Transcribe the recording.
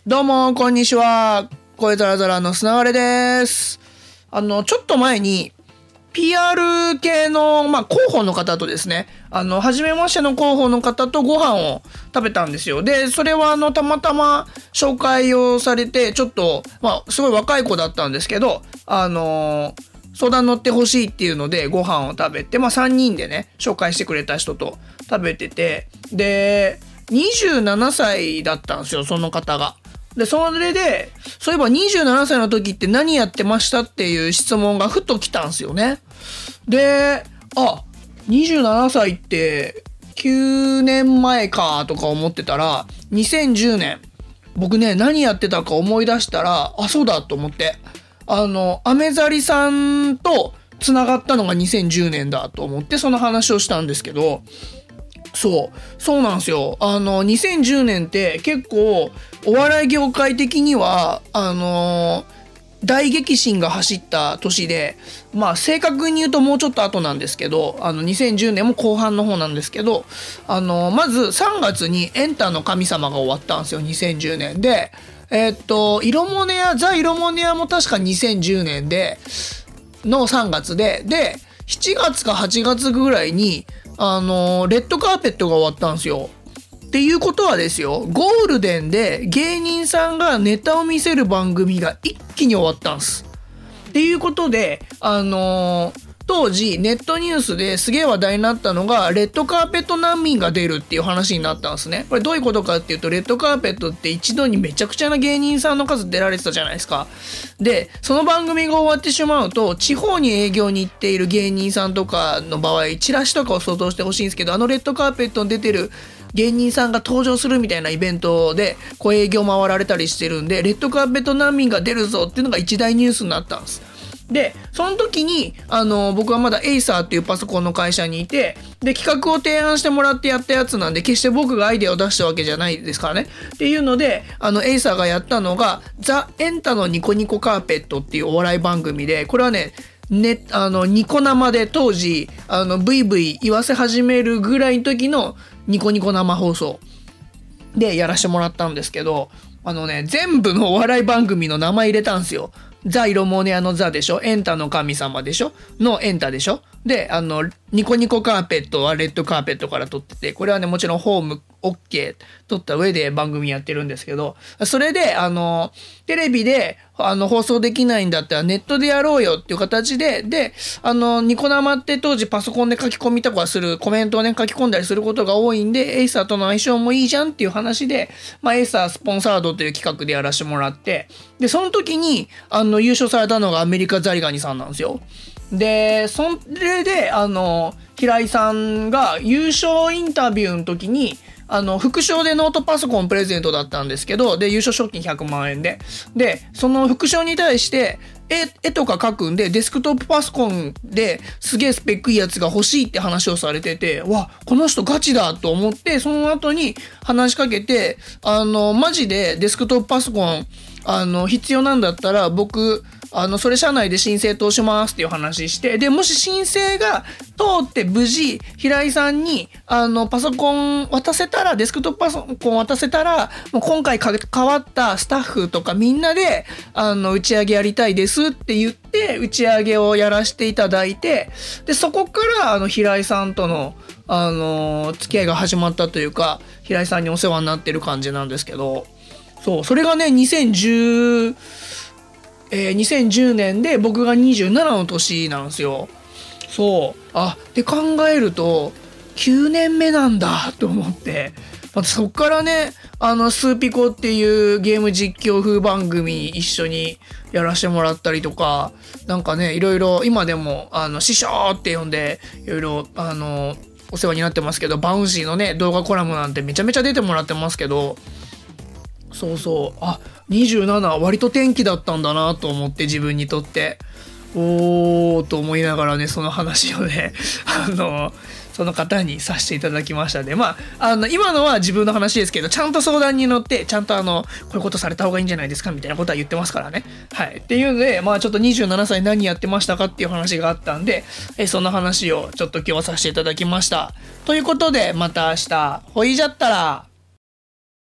どうも、こんにちは。声ザラザラの砂割れです。ちょっと前に、PR 系の、広報の方とですね、初めましての広報の方とご飯を食べたんですよ。で、それはたまたま紹介をされて、ちょっと、すごい若い子だったんですけど、相談乗ってほしいっていうのでご飯を食べて、3人でね、紹介してくれた人と食べてて、で、27歳だったんですよ、その方が。で、それで、そういえば27歳の時って何やってましたっていう質問がふと来たんですよね。で、27歳って9年前かとか思ってたら、2010年、僕ね、何やってたか思い出したら、そうだと思って、アメザリさんと繋がったのが2010年だと思って、その話をしたんですけど、そうなんですよ。2010年って結構お笑い業界的には大激震が走った年で、正確に言うともうちょっと後なんですけど、2010年も後半の方なんですけど、まず3月にエンタの神様が終わったんですよ、2010年で。色モネア、ザ・色モネアも確か2010年での3月で、7月か8月ぐらいにレッドカーペットが終わったんですよ。っていうことはですよ、ゴールデンで芸人さんがネタを見せる番組が一気に終わったんです。っていうことで、当時ネットニュースですげえ話題になったのが、レッドカーペット難民が出るっていう話になったんですね。これどういうことかっていうと、レッドカーペットって一度にめちゃくちゃな芸人さんの数出られてたじゃないですか。で、その番組が終わってしまうと、地方に営業に行っている芸人さんとかの場合、チラシとかを想像してほしいんですけど、レッドカーペットに出てる芸人さんが登場するみたいなイベントで営業回られたりしてるんで、レッドカーペット難民が出るぞっていうのが一大ニュースになったんです。で、その時に、僕はまだエイサーっていうパソコンの会社にいて、で、企画を提案してもらってやったやつなんで、決して僕がアイデアを出したわけじゃないですからね。っていうので、エイサーがやったのが、ザ・エンタのニコニコカーペットっていうお笑い番組で、これはね、ニコ生で当時、ブイブイ言わせ始めるぐらいの時のニコニコ生放送でやらせてもらったんですけど、全部のお笑い番組の名前入れたんですよ。ザ・イロモネアのザでしょ、エンタの神様でしょのエンタでしょで、ニコニコカーペットはレッドカーペットから撮ってて、これはね、もちろんホーム OK 撮った上で番組やってるんですけど、それで、テレビで、放送できないんだったらネットでやろうよっていう形で、ニコ生って当時パソコンで書き込みとかする、コメントをね、書き込んだりすることが多いんで、エイサーとの相性もいいじゃんっていう話で、エイサースポンサードという企画でやらせてもらって、で、その時に、優勝されたのがアメリカザリガニさんなんですよ。で、それで、平井さんが優勝インタビューの時に、副賞でノートパソコンプレゼントだったんですけど、で、優勝賞金100万円で。で、その副賞に対して、絵とか描くんで、デスクトップパソコンですげえスペックいいやつが欲しいって話をされてて、わ、この人ガチだと思って、その後に話しかけて、マジでデスクトップパソコン、必要なんだったら僕、それ社内で申請通しますっていう話して、で、もし申請が通って無事、平井さんに、パソコン渡せたら、デスクトップパソコン渡せたら、もう今回変わったスタッフとかみんなで、打ち上げやりたいですって言って、打ち上げをやらせていただいて、で、そこから、平井さんとの、付き合いが始まったというか、平井さんにお世話になってる感じなんですけど、そう、それがね、2010年で僕が27の年なんですよ。そう。で考えると、9年目なんだと思って。そっからね、スーピコっていうゲーム実況風番組一緒にやらせてもらったりとか、なんかね、いろいろ、今でも、師匠って呼んで、いろいろ、お世話になってますけど、バウンシーのね、動画コラムなんてめちゃめちゃ出てもらってますけど、そうそう、27割と転機だったんだなと思って、自分にとってと思いながらね、その話をねその方にさせていただきましたね。今のは自分の話ですけど、ちゃんと相談に乗って、ちゃんとこういうことされた方がいいんじゃないですかみたいなことは言ってますからね。はい。っていうので、ちょっと27歳何やってましたかっていう話があったんで、その話をちょっと今日はさせていただきました。ということで、また明日、ほいじゃったら。